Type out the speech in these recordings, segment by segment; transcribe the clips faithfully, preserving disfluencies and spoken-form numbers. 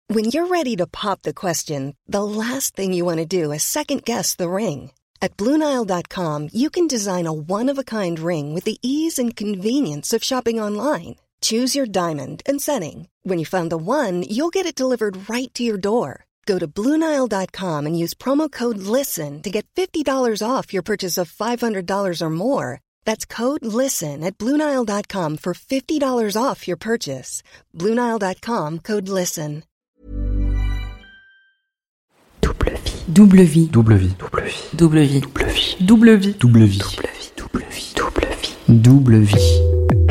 When you're ready to pop the question, the last thing you want to do is second-guess the ring. At Blue Nile dot com, you can design a one-of-a-kind ring with the ease and convenience of shopping online. Choose your diamond and setting. When you find the one, you'll get it delivered right to your door. Go to Blue Nile dot com and use promo code LISTEN to get fifty dollars off your purchase of five hundred dollars or more. That's code LISTEN at Blue Nile dot com for fifty dollars off your purchase. Blue Nile dot com, code LISTEN. Double vie. Double vie. Double vie. Double vie. Double vie. Double vie. Double vie. Double vie. Double vie. Double vie. Double vie. Double vie.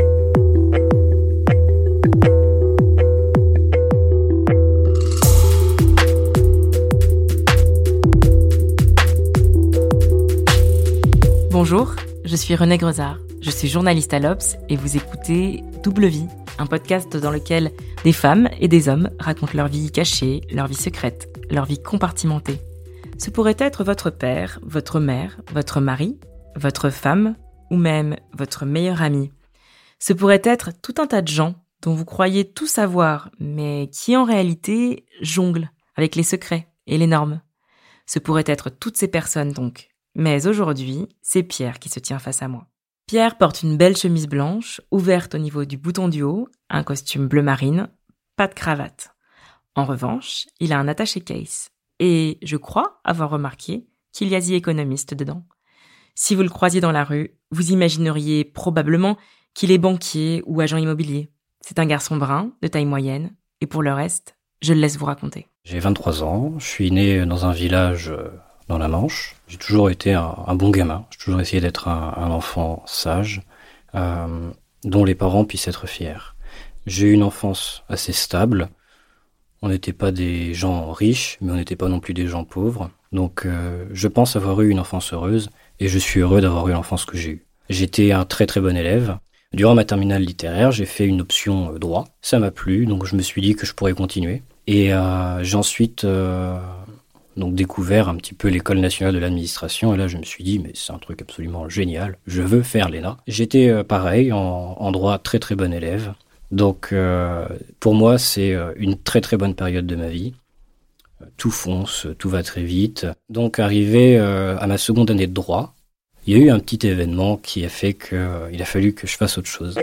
Bonjour, je suis Renée Grezard. Je suis journaliste à l'Obs et vous écoutez Double vie, un podcast dans lequel des femmes et des hommes racontent leur vie cachée, leur vie secrète, leur vie compartimentée. Ce pourrait être votre père, votre mère, votre mari, votre femme ou même votre meilleur ami. Ce pourrait être tout un tas de gens dont vous croyez tout savoir, mais qui en réalité jonglent avec les secrets et les normes. Ce pourrait être toutes ces personnes donc. Mais aujourd'hui, c'est Pierre qui se tient face à moi. Pierre porte une belle chemise blanche, ouverte au niveau du bouton du haut, un costume bleu marine, pas de cravate. En revanche, il a un attaché-case. Et je crois avoir remarqué qu'il y a The Economist dedans. Si vous le croisiez dans la rue, vous imagineriez probablement qu'il est banquier ou agent immobilier. C'est un garçon brun, de taille moyenne, et pour le reste, je le laisse vous raconter. J'ai vingt-trois ans, je suis né dans un village dans la Manche. J'ai toujours été un, un bon gamin, j'ai toujours essayé d'être un, un enfant sage, euh, dont les parents puissent être fiers. J'ai eu une enfance assez stable. On n'était pas des gens riches, mais on n'était pas non plus des gens pauvres. Donc euh, je pense avoir eu une enfance heureuse, et je suis heureux d'avoir eu l'enfance que j'ai eue. J'étais un très très bon élève. Durant ma terminale littéraire, j'ai fait une option euh, droit. Ça m'a plu, donc je me suis dit que je pourrais continuer. Et euh, j'ai ensuite euh, donc découvert un petit peu l'école nationale de l'administration, et là je me suis dit, mais c'est un truc absolument génial, je veux faire l'E N A. J'étais euh, pareil, en, en droit, très très bon élève. Donc euh, pour moi, c'est une très très bonne période de ma vie. Tout fonce, tout va très vite. Donc arrivé euh, à ma seconde année de droit, il y a eu un petit événement qui a fait qu'il euh, a fallu que je fasse autre chose.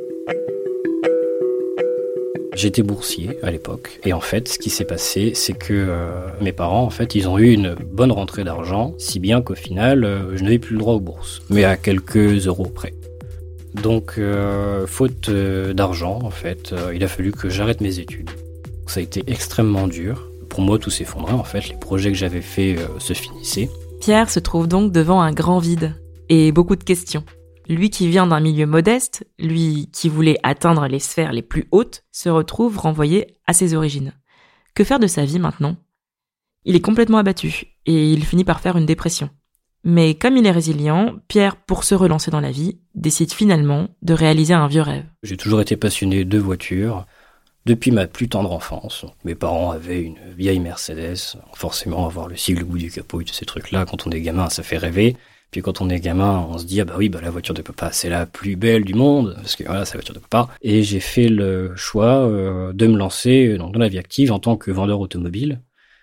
J'étais boursier à l'époque, et en fait, ce qui s'est passé, c'est que euh, mes parents, en fait, ils ont eu une bonne rentrée d'argent, si bien qu'au final, euh, je n'avais plus le droit aux bourses, mais à quelques euros près. Donc, euh, faute euh, d'argent, en fait, euh, il a fallu que j'arrête mes études. Ça a été extrêmement dur. Pour moi, tout s'effondrait, en fait. Les projets que j'avais faits euh, se finissaient. Pierre se trouve donc devant un grand vide et beaucoup de questions. Lui qui vient d'un milieu modeste, lui qui voulait atteindre les sphères les plus hautes, se retrouve renvoyé à ses origines. Que faire de sa vie maintenant ? Il est complètement abattu et il finit par faire une dépression. Mais comme il est résilient, Pierre, pour se relancer dans la vie, décide finalement de réaliser un vieux rêve. J'ai toujours été passionné de voitures depuis ma plus tendre enfance. Mes parents avaient une vieille Mercedes, forcément avoir le sigle au bout du capot et tous ces trucs-là, quand on est gamin, ça fait rêver. Puis quand on est gamin, on se dit, ah bah oui, bah la voiture de papa, c'est la plus belle du monde, parce que voilà, c'est la voiture de papa. Et j'ai fait le choix euh, de me lancer donc, dans la vie active en tant que vendeur automobile.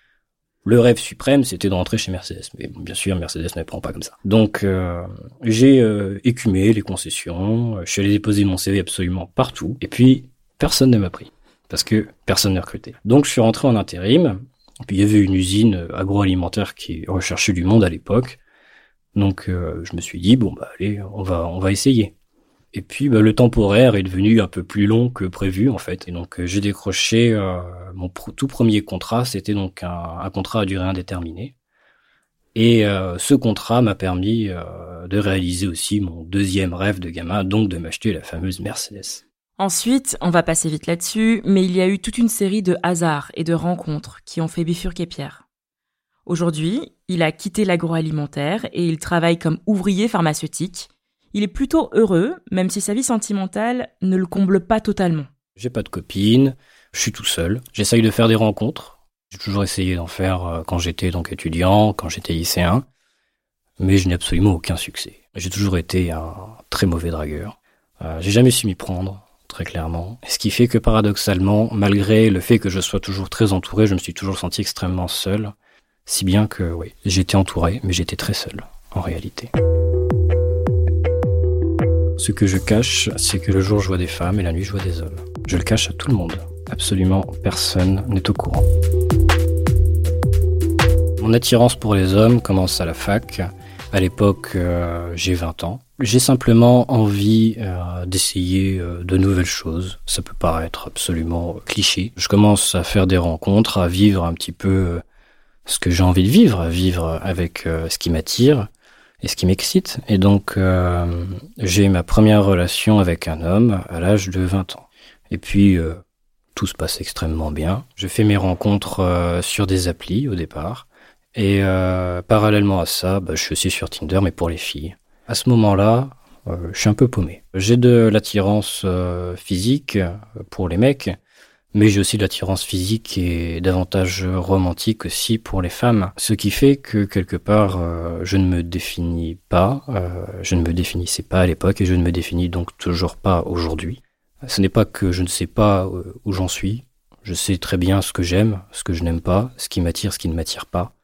Le rêve suprême, c'était de rentrer chez Mercedes. Mais bien sûr, Mercedes ne prend pas comme ça. Donc, euh, j'ai euh, écumé les concessions, je suis allé déposer mon C V absolument partout, et puis personne ne m'a pris, parce que personne n'a recruté. Donc, je suis rentré en intérim, et puis il y avait une usine agroalimentaire qui recherchait du monde à l'époque. Donc, euh, je me suis dit, bon, bah allez, on va, on va essayer. Et puis, bah, le temporaire est devenu un peu plus long que prévu, en fait. Et donc, euh, j'ai décroché euh, mon pr- tout premier contrat. C'était donc un, un contrat à durée indéterminée. Et euh, ce contrat m'a permis euh, de réaliser aussi mon deuxième rêve de gamin, donc de m'acheter la fameuse Mercedes. Ensuite, on va passer vite là-dessus, mais il y a eu toute une série de hasards et de rencontres qui ont fait bifurquer Pierre. Aujourd'hui, il a quitté l'agroalimentaire et il travaille comme ouvrier pharmaceutique. Il est plutôt heureux, même si sa vie sentimentale ne le comble pas totalement. J'ai pas de copine, je suis tout seul. J'essaye de faire des rencontres. J'ai toujours essayé d'en faire quand j'étais donc étudiant, quand j'étais lycéen, mais je n'ai absolument aucun succès. J'ai toujours été un très mauvais dragueur. Euh, j'ai jamais su m'y prendre. très clairement. Ce qui fait que paradoxalement, malgré le fait que je sois toujours très entouré, je me suis toujours senti extrêmement seul. Si bien que, oui, j'étais entouré, mais j'étais très seul, en réalité. Ce que je cache, c'est que le jour je vois des femmes et la nuit je vois des hommes. Je le cache à tout le monde. Absolument personne n'est au courant. Mon attirance pour les hommes commence à la fac. À l'époque, euh, j'ai vingt ans. J'ai simplement envie euh, d'essayer euh, de nouvelles choses. Ça peut paraître absolument cliché. Je commence à faire des rencontres, à vivre un petit peu euh, ce que j'ai envie de vivre, à vivre avec euh, ce qui m'attire et ce qui m'excite. Et donc, euh, j'ai ma première relation avec un homme à l'âge de vingt ans. Et puis, euh, tout se passe extrêmement bien. Je fais mes rencontres euh, sur des applis au départ. Et euh, parallèlement à ça, bah, je suis aussi sur Tinder, mais pour les filles. À ce moment-là, euh, je suis un peu paumé. J'ai de l'attirance euh, physique pour les mecs, mais j'ai aussi de l'attirance physique et davantage romantique aussi pour les femmes. Ce qui fait que, quelque part, euh, je ne me définis pas, euh, je ne me définissais pas à l'époque et je ne me définis donc toujours pas aujourd'hui. Ce n'est pas que je ne sais pas où j'en suis. Je sais très bien ce que j'aime, ce que je n'aime pas, ce qui m'attire, ce qui ne m'attire pas.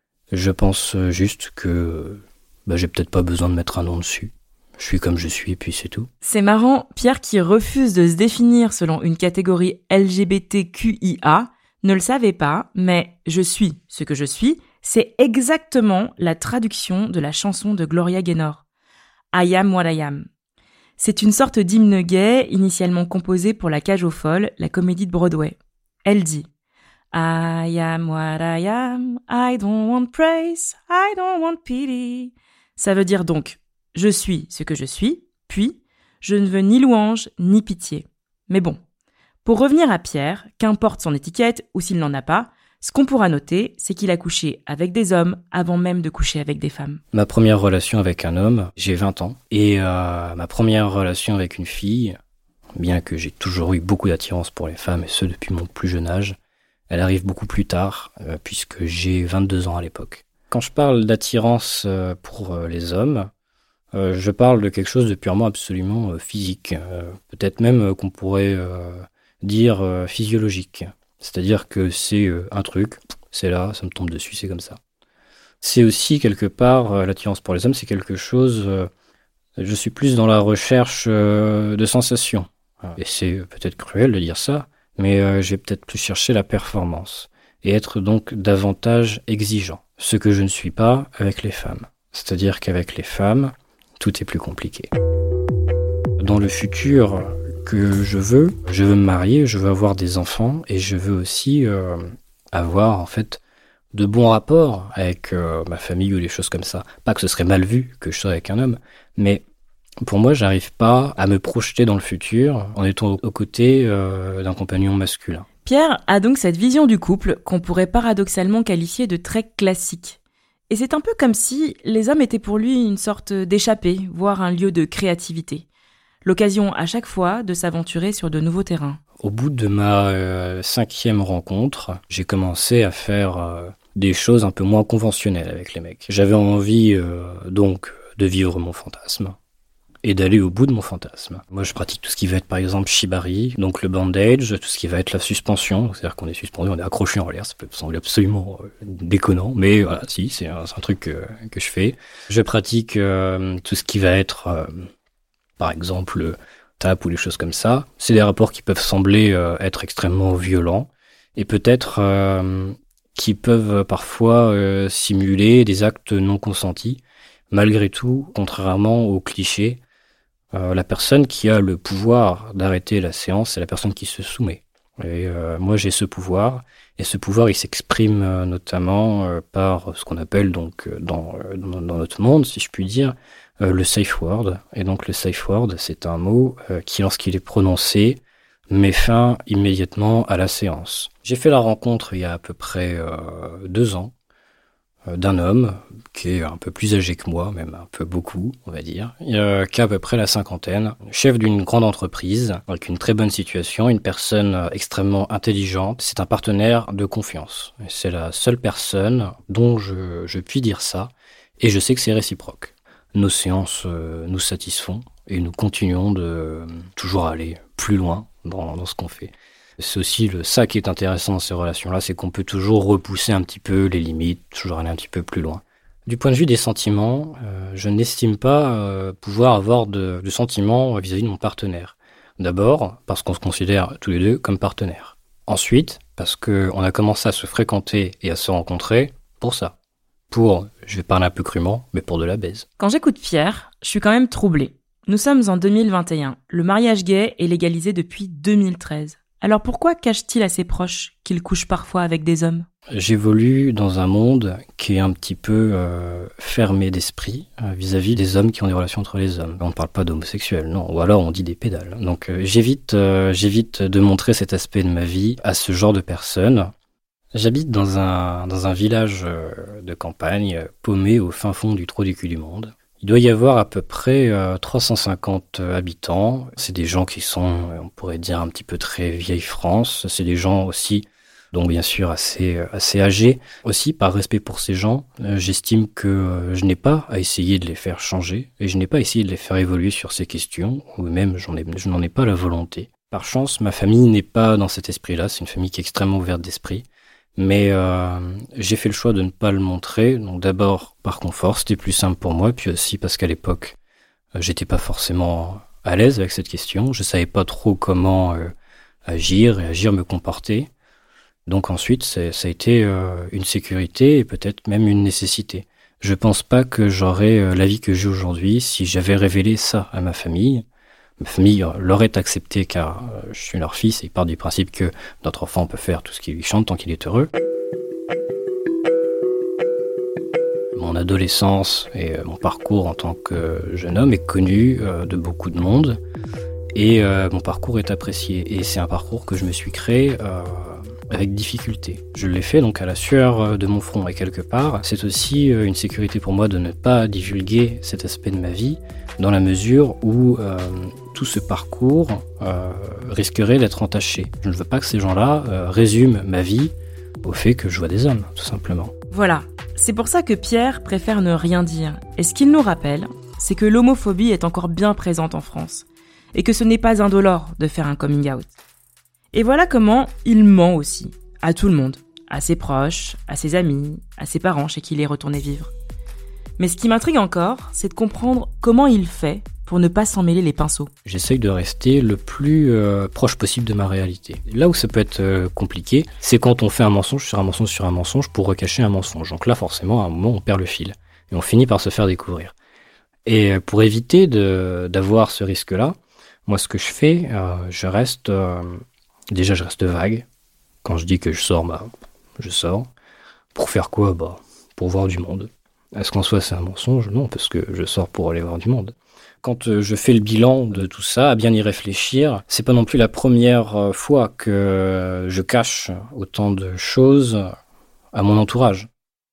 Je pense juste que bah, j'ai peut-être pas besoin de mettre un nom dessus. Je suis comme je suis et puis c'est tout. C'est marrant, Pierre qui refuse de se définir selon une catégorie L G B T Q I A ne le savait pas, mais « je suis ce que je suis », c'est exactement la traduction de la chanson de Gloria Gaynor. « I am what I am ». C'est une sorte d'hymne gay initialement composé pour La Cage aux Folles, la comédie de Broadway. Elle dit « I am what I am, I don't want praise, I don't want pity ». Ça veut dire donc « je suis ce que je suis », puis « je ne veux ni louange ni pitié ». Mais bon, pour revenir à Pierre, qu'importe son étiquette ou s'il n'en a pas, ce qu'on pourra noter, c'est qu'il a couché avec des hommes avant même de coucher avec des femmes. Ma première relation avec un homme, j'ai vingt ans, et euh, ma première relation avec une fille, bien que j'ai toujours eu beaucoup d'attirance pour les femmes, et ce depuis mon plus jeune âge, elle arrive beaucoup plus tard, euh, puisque j'ai vingt-deux ans à l'époque. Quand je parle d'attirance euh, pour euh, les hommes, euh, je parle de quelque chose de purement absolument euh, physique. Euh, peut-être même euh, qu'on pourrait euh, dire euh, physiologique. C'est-à-dire que c'est euh, un truc, c'est là, ça me tombe dessus, c'est comme ça. C'est aussi quelque part, euh, l'attirance pour les hommes, c'est quelque chose... Euh, je suis plus dans la recherche euh, de sensations. Et c'est peut-être cruel de dire ça, mais euh, je vais peut-être plus chercher la performance et être donc davantage exigeant. Ce que je ne suis pas avec les femmes. C'est-à-dire qu'avec les femmes, tout est plus compliqué. Dans le futur que je veux, je veux me marier, je veux avoir des enfants et je veux aussi euh, avoir en fait de bons rapports avec euh, ma famille ou des choses comme ça. Pas que ce serait mal vu que je sois avec un homme, mais pour moi, j'arrive pas à me projeter dans le futur en étant aux côtés euh, d'un compagnon masculin. Pierre a donc cette vision du couple qu'on pourrait paradoxalement qualifier de très classique. Et c'est un peu comme si les hommes étaient pour lui une sorte d'échappée, voire un lieu de créativité. L'occasion à chaque fois de s'aventurer sur de nouveaux terrains. Au bout de ma euh, cinquième rencontre, j'ai commencé à faire euh, des choses un peu moins conventionnelles avec les mecs. J'avais envie euh, donc de vivre mon fantasme et d'aller au bout de mon fantasme. Moi, je pratique tout ce qui va être, par exemple, shibari, donc le bandage, tout ce qui va être la suspension, c'est-à-dire qu'on est suspendu, on est accroché en l'air, ça peut sembler absolument euh, déconnant, mais voilà, si, c'est un, c'est un truc que, que je fais. Je pratique euh, tout ce qui va être, euh, par exemple, tape ou des choses comme ça. C'est des rapports qui peuvent sembler euh, être extrêmement violents, et peut-être euh, qui peuvent parfois euh, simuler des actes non consentis. Malgré tout, contrairement aux clichés, Euh, la personne qui a le pouvoir d'arrêter la séance, c'est la personne qui se soumet. Et euh, moi, j'ai ce pouvoir, et ce pouvoir, il s'exprime euh, notamment euh, par ce qu'on appelle donc euh, dans, euh, dans, dans notre monde, si je puis dire, euh, le safe word. Et donc le safe word, c'est un mot euh, qui, lorsqu'il est prononcé, met fin immédiatement à la séance. J'ai fait la rencontre il y a à peu près euh, deux ans, d'un homme qui est un peu plus âgé que moi, même un peu beaucoup, on va dire, euh, qui a à peu près la cinquantaine, chef d'une grande entreprise, avec une très bonne situation, une personne extrêmement intelligente. C'est un partenaire de confiance. C'est la seule personne dont je, je puis dire ça, et je sais que c'est réciproque. Nos séances euh, nous satisfont, et nous continuons de toujours aller plus loin dans, dans ce qu'on fait. C'est aussi le, ça qui est intéressant dans ces relations-là, c'est qu'on peut toujours repousser un petit peu les limites, toujours aller un petit peu plus loin. Du point de vue des sentiments, euh, je n'estime pas euh, pouvoir avoir de, de sentiments vis-à-vis de mon partenaire. D'abord, parce qu'on se considère tous les deux comme partenaires. Ensuite, parce qu'on a commencé à se fréquenter et à se rencontrer pour ça. Pour, je vais parler un peu crûment, mais pour de la baise. Quand j'écoute Pierre, je suis quand même troublée. Nous sommes en deux mille vingt et un. Le mariage gay est légalisé depuis deux mille treize. Alors pourquoi cache-t-il à ses proches qu'il couche parfois avec des hommes ? J'évolue dans un monde qui est un petit peu euh, fermé d'esprit euh, vis-à-vis des hommes qui ont des relations entre les hommes. On ne parle pas d'homosexuels, non, ou alors on dit des pédales. Donc euh, j'évite, euh, j'évite de montrer cet aspect de ma vie à ce genre de personnes. J'habite dans un, dans un village euh, de campagne, paumé au fin fond du trou du cul du monde. Il doit y avoir à peu près euh, trois cent cinquante habitants. C'est des gens qui sont, on pourrait dire, un petit peu très vieille France. C'est des gens aussi, donc bien sûr assez, assez âgés. Aussi, par respect pour ces gens, euh, j'estime que euh, je n'ai pas à essayer de les faire changer et je n'ai pas à essayer de les faire évoluer sur ces questions, ou même j'en ai, je n'en ai pas la volonté. Par chance, ma famille n'est pas dans cet esprit-là. C'est une famille qui est extrêmement ouverte d'esprit. Mais euh, j'ai fait le choix de ne pas le montrer. Donc d'abord par confort, c'était plus simple pour moi, puis aussi parce qu'à l'époque, euh, j'étais pas forcément à l'aise avec cette question. Je savais pas trop comment euh, agir et agir, me comporter. Donc ensuite, c'est, ça a été euh, une sécurité et peut-être même une nécessité. Je pense pas que j'aurais euh, la vie que j'ai aujourd'hui si j'avais révélé ça à ma famille. Ma famille l'aurait accepté car euh, je suis leur fils et ils partent du principe que notre enfant peut faire tout ce qu'il lui chante tant qu'il est heureux. Mon adolescence et euh, mon parcours en tant que jeune homme est connu euh, de beaucoup de monde et euh, mon parcours est apprécié. Et c'est un parcours que je me suis créé euh, avec difficulté. Je l'ai fait donc à la sueur de mon front et quelque part, c'est aussi euh, une sécurité pour moi de ne pas divulguer cet aspect de ma vie dans la mesure où euh, tout ce parcours euh, risquerait d'être entaché. Je ne veux pas que ces gens-là euh, résument ma vie au fait que je vois des hommes, tout simplement. Voilà, c'est pour ça que Pierre préfère ne rien dire. Et ce qu'il nous rappelle, c'est que l'homophobie est encore bien présente en France, et que ce n'est pas indolore de faire un coming out. Et voilà comment il ment aussi, à tout le monde, à ses proches, à ses amis, à ses parents chez qui il est retourné vivre. Mais ce qui m'intrigue encore, c'est de comprendre comment il fait pour ne pas s'en mêler les pinceaux. J'essaye de rester le plus euh, proche possible de ma réalité. Là où ça peut être euh, compliqué, c'est quand on fait un mensonge sur un mensonge sur un mensonge pour recacher un mensonge. Donc là, forcément, à un moment, on perd le fil. Et on finit par se faire découvrir. Et pour éviter de, d'avoir ce risque-là, moi, ce que je fais, euh, je reste... Euh, déjà, je reste vague. Quand je dis que je sors, bah, je sors. Pour faire quoi ? Bah, pour voir du monde. Est-ce qu'en soi c'est un mensonge ? Non, parce que je sors pour aller voir du monde. Quand je fais le bilan de tout ça, à bien y réfléchir, c'est pas non plus la première fois que je cache autant de choses à mon entourage.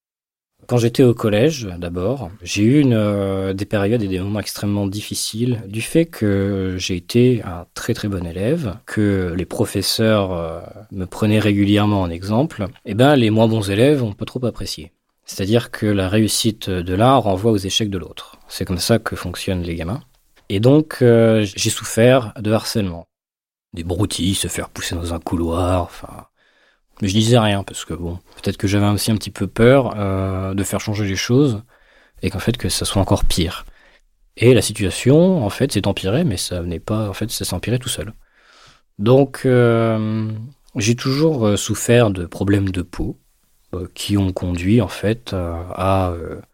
Quand j'étais au collège, d'abord, j'ai eu une, euh, des périodes et des moments extrêmement difficiles du fait que j'ai été un très très bon élève, que les professeurs euh, me prenaient régulièrement en exemple. Et ben, les moins bons élèves ont pas trop apprécié. C'est-à-dire que la réussite de l'un renvoie aux échecs de l'autre. C'est comme ça que fonctionnent les gamins. Et donc, euh, j'ai souffert de harcèlement. Des broutilles, se faire pousser dans un couloir, enfin... Mais je disais rien, parce que bon, peut-être que j'avais aussi un petit peu peur euh, de faire changer les choses, et qu'en fait, que ça soit encore pire. Et la situation, en fait, s'est empirée, mais ça venait pas... En fait, ça s'est empiré tout seul. Donc, euh, j'ai toujours souffert de problèmes de peau, qui ont conduit en fait à,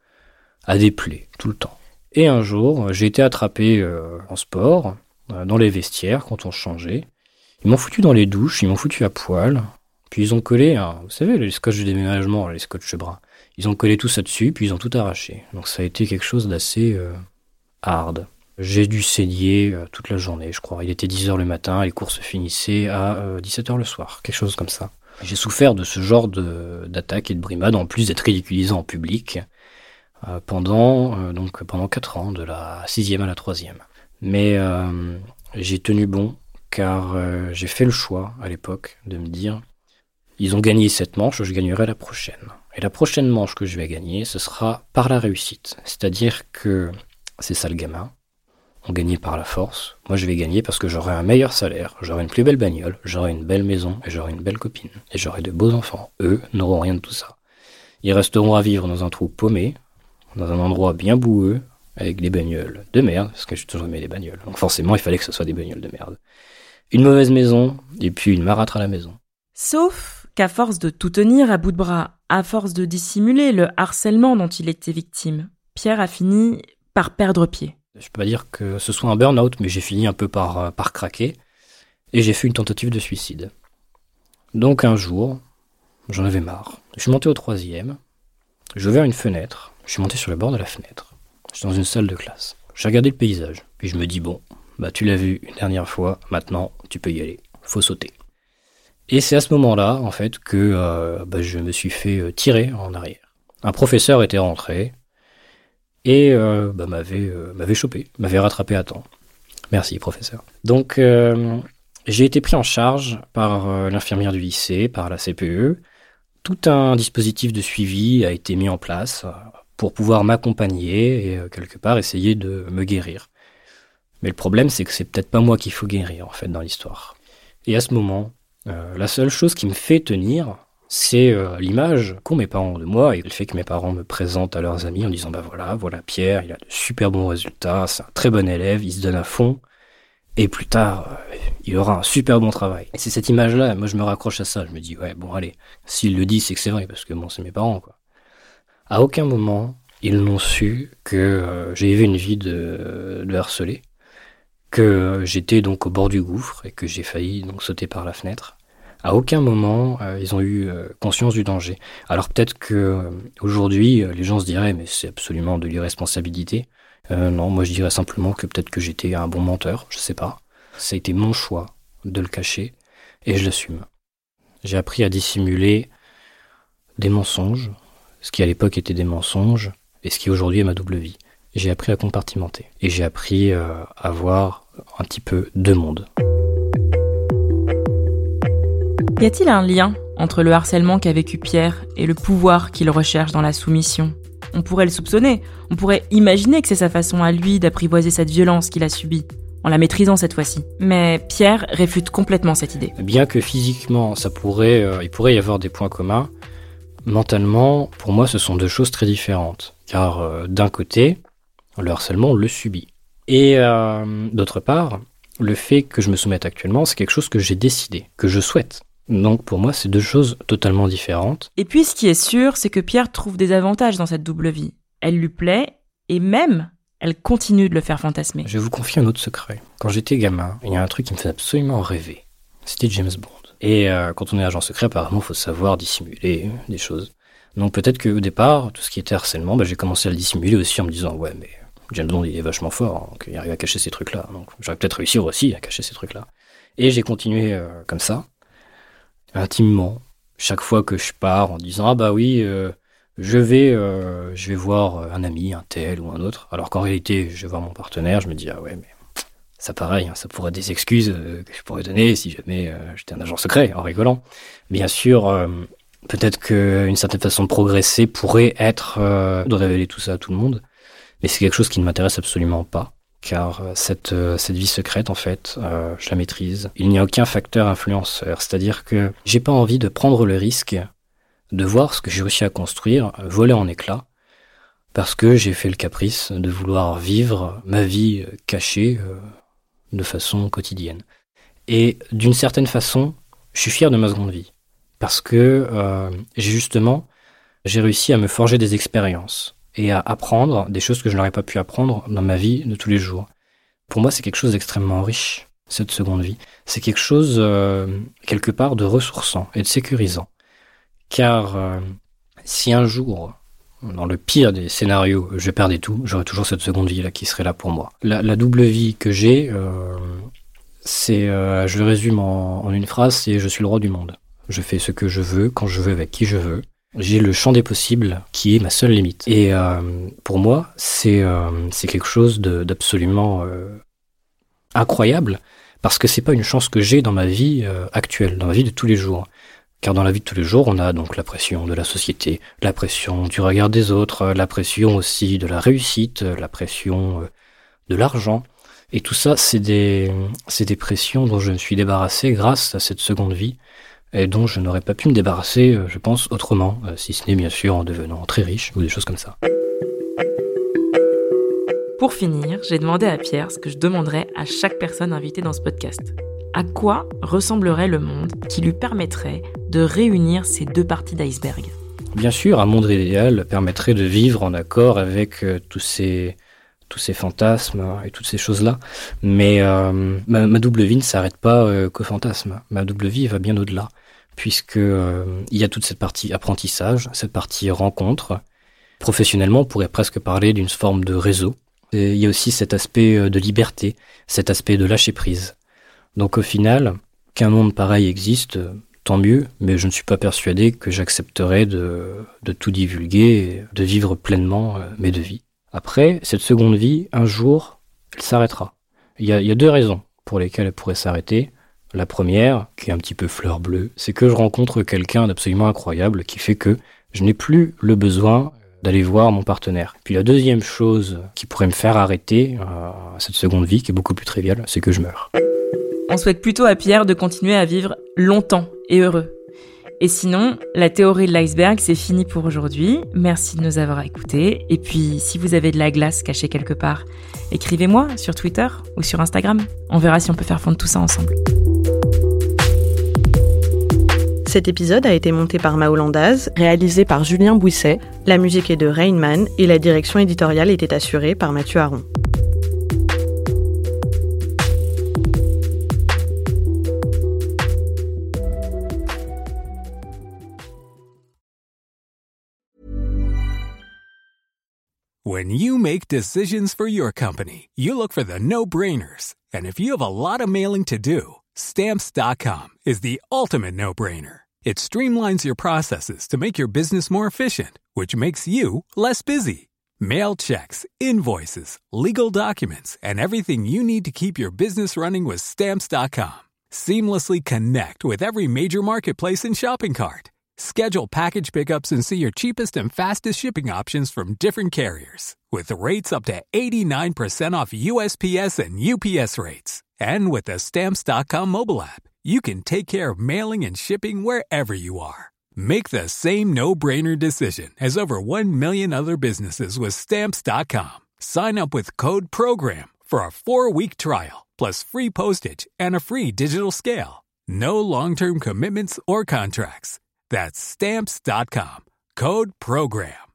à des plaies tout le temps. Et un jour, j'ai été attrapé euh, en sport, euh, dans les vestiaires, quand on changeait. Ils m'ont foutu dans les douches, ils m'ont foutu à poil, puis ils ont collé, un, vous savez, les scotch de déménagement, les scotch bruns. Ils ont collé tout ça dessus, puis ils ont tout arraché. Donc ça a été quelque chose d'assez euh, hard. J'ai dû saigner euh, toute la journée, je crois. Il était dix heures le matin, les cours se finissaient à euh, dix-sept heures le soir, quelque chose comme ça. J'ai souffert de ce genre de, d'attaques et de brimades, en plus d'être ridiculisé en public, euh, pendant, euh, donc, pendant quatre ans, de la sixième à la troisième. Mais euh, j'ai tenu bon, car euh, j'ai fait le choix, à l'époque, de me dire, ils ont gagné cette manche, je gagnerai la prochaine. Et la prochaine manche que je vais gagner, ce sera par la réussite. C'est-à-dire que, c'est ça le gamin, ont gagné par la force. Moi, je vais gagner parce que j'aurai un meilleur salaire, j'aurai une plus belle bagnole, j'aurai une belle maison et j'aurai une belle copine. Et j'aurai de beaux enfants. Eux n'auront rien de tout ça. Ils resteront à vivre dans un trou paumé, dans un endroit bien boueux, avec des bagnoles de merde, parce que j'ai toujours aimé les bagnoles. Donc forcément, il fallait que ce soit des bagnoles de merde. Une mauvaise maison, et puis une marâtre à la maison. Sauf qu'à force de tout tenir à bout de bras, à force de dissimuler le harcèlement dont il était victime, Pierre a fini par perdre pied. Je peux pas dire que ce soit un burn-out, mais j'ai fini un peu par, par craquer, et j'ai fait une tentative de suicide. Donc un jour, j'en avais marre. Je suis monté au troisième, j'ai ouvert une fenêtre, je suis monté sur le bord de la fenêtre. Je suis dans une salle de classe. J'ai regardé le paysage, puis je me dis, bon, bah tu l'as vu une dernière fois, maintenant tu peux y aller, faut sauter. Et c'est à ce moment-là, en fait, que euh, bah, je me suis fait euh, tirer en arrière. Un professeur était rentré, et euh, bah, m'avait, euh, m'avait chopé, m'avait rattrapé à temps. Merci, professeur. Donc, euh, j'ai été pris en charge par euh, l'infirmière du lycée, par la C P E. Tout un dispositif de suivi a été mis en place pour pouvoir m'accompagner et, quelque part, essayer de me guérir. Mais le problème, c'est que c'est peut-être pas moi qu'il faut guérir, en fait, dans l'histoire. Et à ce moment, euh, la seule chose qui me fait tenir, c'est euh, l'image qu'ont mes parents de moi et le fait que mes parents me présentent à leurs amis en disant « Bah voilà, voilà Pierre, il a de super bons résultats, c'est un très bon élève, il se donne à fond. » Et plus tard, euh, il aura un super bon travail. Et c'est cette image-là, moi je me raccroche à ça. Je me dis, ouais, bon allez, s'il le dit, c'est que c'est vrai, parce que bon, c'est mes parents, quoi. À aucun moment, ils n'ont su que euh, j'ai eu une vie de, de harcelé, que euh, j'étais donc au bord du gouffre et que j'ai failli donc sauter par la fenêtre. À aucun moment, euh, ils ont eu euh, conscience du danger. Alors peut-être que euh, aujourd'hui, euh, les gens se diraient, mais c'est absolument de l'irresponsabilité. Euh, non, moi je dirais simplement que peut-être que j'étais un bon menteur, je sais pas. Ça a été mon choix de le cacher, et je l'assume. J'ai appris à dissimuler des mensonges, ce qui à l'époque était des mensonges, et ce qui aujourd'hui est ma double vie. J'ai appris à compartimenter, et j'ai appris euh, à voir un petit peu deux mondes. Y a-t-il un lien entre le harcèlement qu'a vécu Pierre et le pouvoir qu'il recherche dans la soumission ? On pourrait le soupçonner, on pourrait imaginer que c'est sa façon à lui d'apprivoiser cette violence qu'il a subie, en la maîtrisant cette fois-ci. Mais Pierre réfute complètement cette idée. Bien que physiquement, ça pourrait, euh, il pourrait y avoir des points communs, mentalement, pour moi, ce sont deux choses très différentes. Car euh, d'un côté, le harcèlement, on le subit. Et euh, d'autre part, le fait que je me soumette actuellement, c'est quelque chose que j'ai décidé, que je souhaite. Donc pour moi, c'est deux choses totalement différentes. Et puis ce qui est sûr, c'est que Pierre trouve des avantages dans cette double vie. Elle lui plaît, et même, elle continue de le faire fantasmer. Je vais vous confier un autre secret. Quand j'étais gamin, il y a un truc qui me fait absolument rêver. C'était James Bond. Et euh, quand on est agent secret, apparemment, il faut savoir dissimuler des choses. Donc peut-être qu'au départ, tout ce qui était harcèlement, bah, j'ai commencé à le dissimuler aussi en me disant « Ouais, mais James Bond, il est vachement fort, donc il arrive à cacher ces trucs-là. Donc j'aurais peut-être réussi aussi à cacher ces trucs-là. » Et j'ai continué euh, comme ça. Intimement, chaque fois que je pars en disant ah bah oui euh, je vais euh, je vais voir un ami, un tel ou un autre, alors qu'en réalité je vais voir mon partenaire, je me dis ah ouais mais ça pareil, hein, ça pourrait être des excuses euh, que je pourrais donner si jamais euh, j'étais un agent secret en rigolant. Bien sûr euh, peut-être qu'une certaine façon de progresser pourrait être euh, de révéler tout ça à tout le monde, mais c'est quelque chose qui ne m'intéresse absolument pas. Car cette, euh, cette vie secrète, en fait, euh, je la maîtrise. Il n'y a aucun facteur influenceur, c'est-à-dire que j'ai pas envie de prendre le risque de voir ce que j'ai réussi à construire voler en éclats, parce que j'ai fait le caprice de vouloir vivre ma vie cachée euh, de façon quotidienne. Et d'une certaine façon, je suis fier de ma seconde vie, parce que euh, j'ai justement, j'ai réussi à me forger des expériences et à apprendre des choses que je n'aurais pas pu apprendre dans ma vie de tous les jours. Pour moi, c'est quelque chose d'extrêmement riche, cette seconde vie. C'est quelque chose, euh, quelque part, de ressourçant et de sécurisant. Car euh, si un jour, dans le pire des scénarios, je perdais tout, j'aurais toujours cette seconde vie-là qui serait là pour moi. La, la double vie que j'ai, euh, c'est, euh, je le résume en, en une phrase, c'est « je suis le roi du monde ». Je fais ce que je veux, quand je veux, avec qui je veux. J'ai le champ des possibles qui est ma seule limite. Et euh, pour moi, c'est euh, c'est quelque chose de, d'absolument euh, incroyable, parce que c'est pas une chance que j'ai dans ma vie euh, actuelle, dans ma vie de tous les jours. Car dans la vie de tous les jours, on a donc la pression de la société, la pression du regard des autres, la pression aussi de la réussite, la pression euh, de l'argent. Et tout ça, c'est des, c'est des pressions dont je me suis débarrassé grâce à cette seconde vie, et dont je n'aurais pas pu me débarrasser, je pense, autrement, si ce n'est bien sûr en devenant très riche ou des choses comme ça. Pour finir, j'ai demandé à Pierre ce que je demanderais à chaque personne invitée dans ce podcast. À quoi ressemblerait le monde qui lui permettrait de réunir ces deux parties d'iceberg ? Bien sûr, un monde idéal permettrait de vivre en accord avec euh, tous ces, tous ces fantasmes et toutes ces choses-là. Mais euh, ma, ma double vie ne s'arrête pas euh, qu'aux fantasmes. Ma double vie va bien au-delà, puisque euh, il y a toute cette partie apprentissage, cette partie rencontre. Professionnellement, on pourrait presque parler d'une forme de réseau. Et il y a aussi cet aspect de liberté, cet aspect de lâcher prise. Donc au final, qu'un monde pareil existe, tant mieux, mais je ne suis pas persuadé que j'accepterais de, de tout divulguer et de vivre pleinement mes deux vies. Après, cette seconde vie, un jour, elle s'arrêtera. Il y a, il y a deux raisons pour lesquelles elle pourrait s'arrêter. La première, qui est un petit peu fleur bleue, c'est que je rencontre quelqu'un d'absolument incroyable qui fait que je n'ai plus le besoin d'aller voir mon partenaire. Puis la deuxième chose qui pourrait me faire arrêter euh, cette seconde vie, qui est beaucoup plus triviale, c'est que je meurs. On souhaite plutôt à Pierre de continuer à vivre longtemps et heureux. Et sinon, la théorie de l'iceberg, c'est fini pour aujourd'hui. Merci de nous avoir écoutés. Et puis, si vous avez de la glace cachée quelque part, écrivez-moi sur Twitter ou sur Instagram. On verra si on peut faire fondre tout ça ensemble. Cet épisode a été monté par Mao Landaz, réalisé par Julien Bouisset, la musique est de Rainman et la direction éditoriale était assurée par Mathieu Aron. When you make decisions for your company, you look for the no-brainers. And if you have a lot of mailing to do, Stamps dot com is the ultimate no-brainer. It streamlines your processes to make your business more efficient, which makes you less busy. Mail checks, invoices, legal documents, and everything you need to keep your business running with Stamps dot com. Seamlessly connect with every major marketplace and shopping cart. Schedule package pickups and see your cheapest and fastest shipping options from different carriers. With rates up to eighty-nine percent off U S P S and U P S rates. And with the Stamps dot com mobile app, you can take care of mailing and shipping wherever you are. Make the same no-brainer decision as over one million other businesses with Stamps dot com. Sign up with code PROGRAM for a four-week trial, plus free postage and a free digital scale. No long-term commitments or contracts. That's Stamps dot com. Code PROGRAM.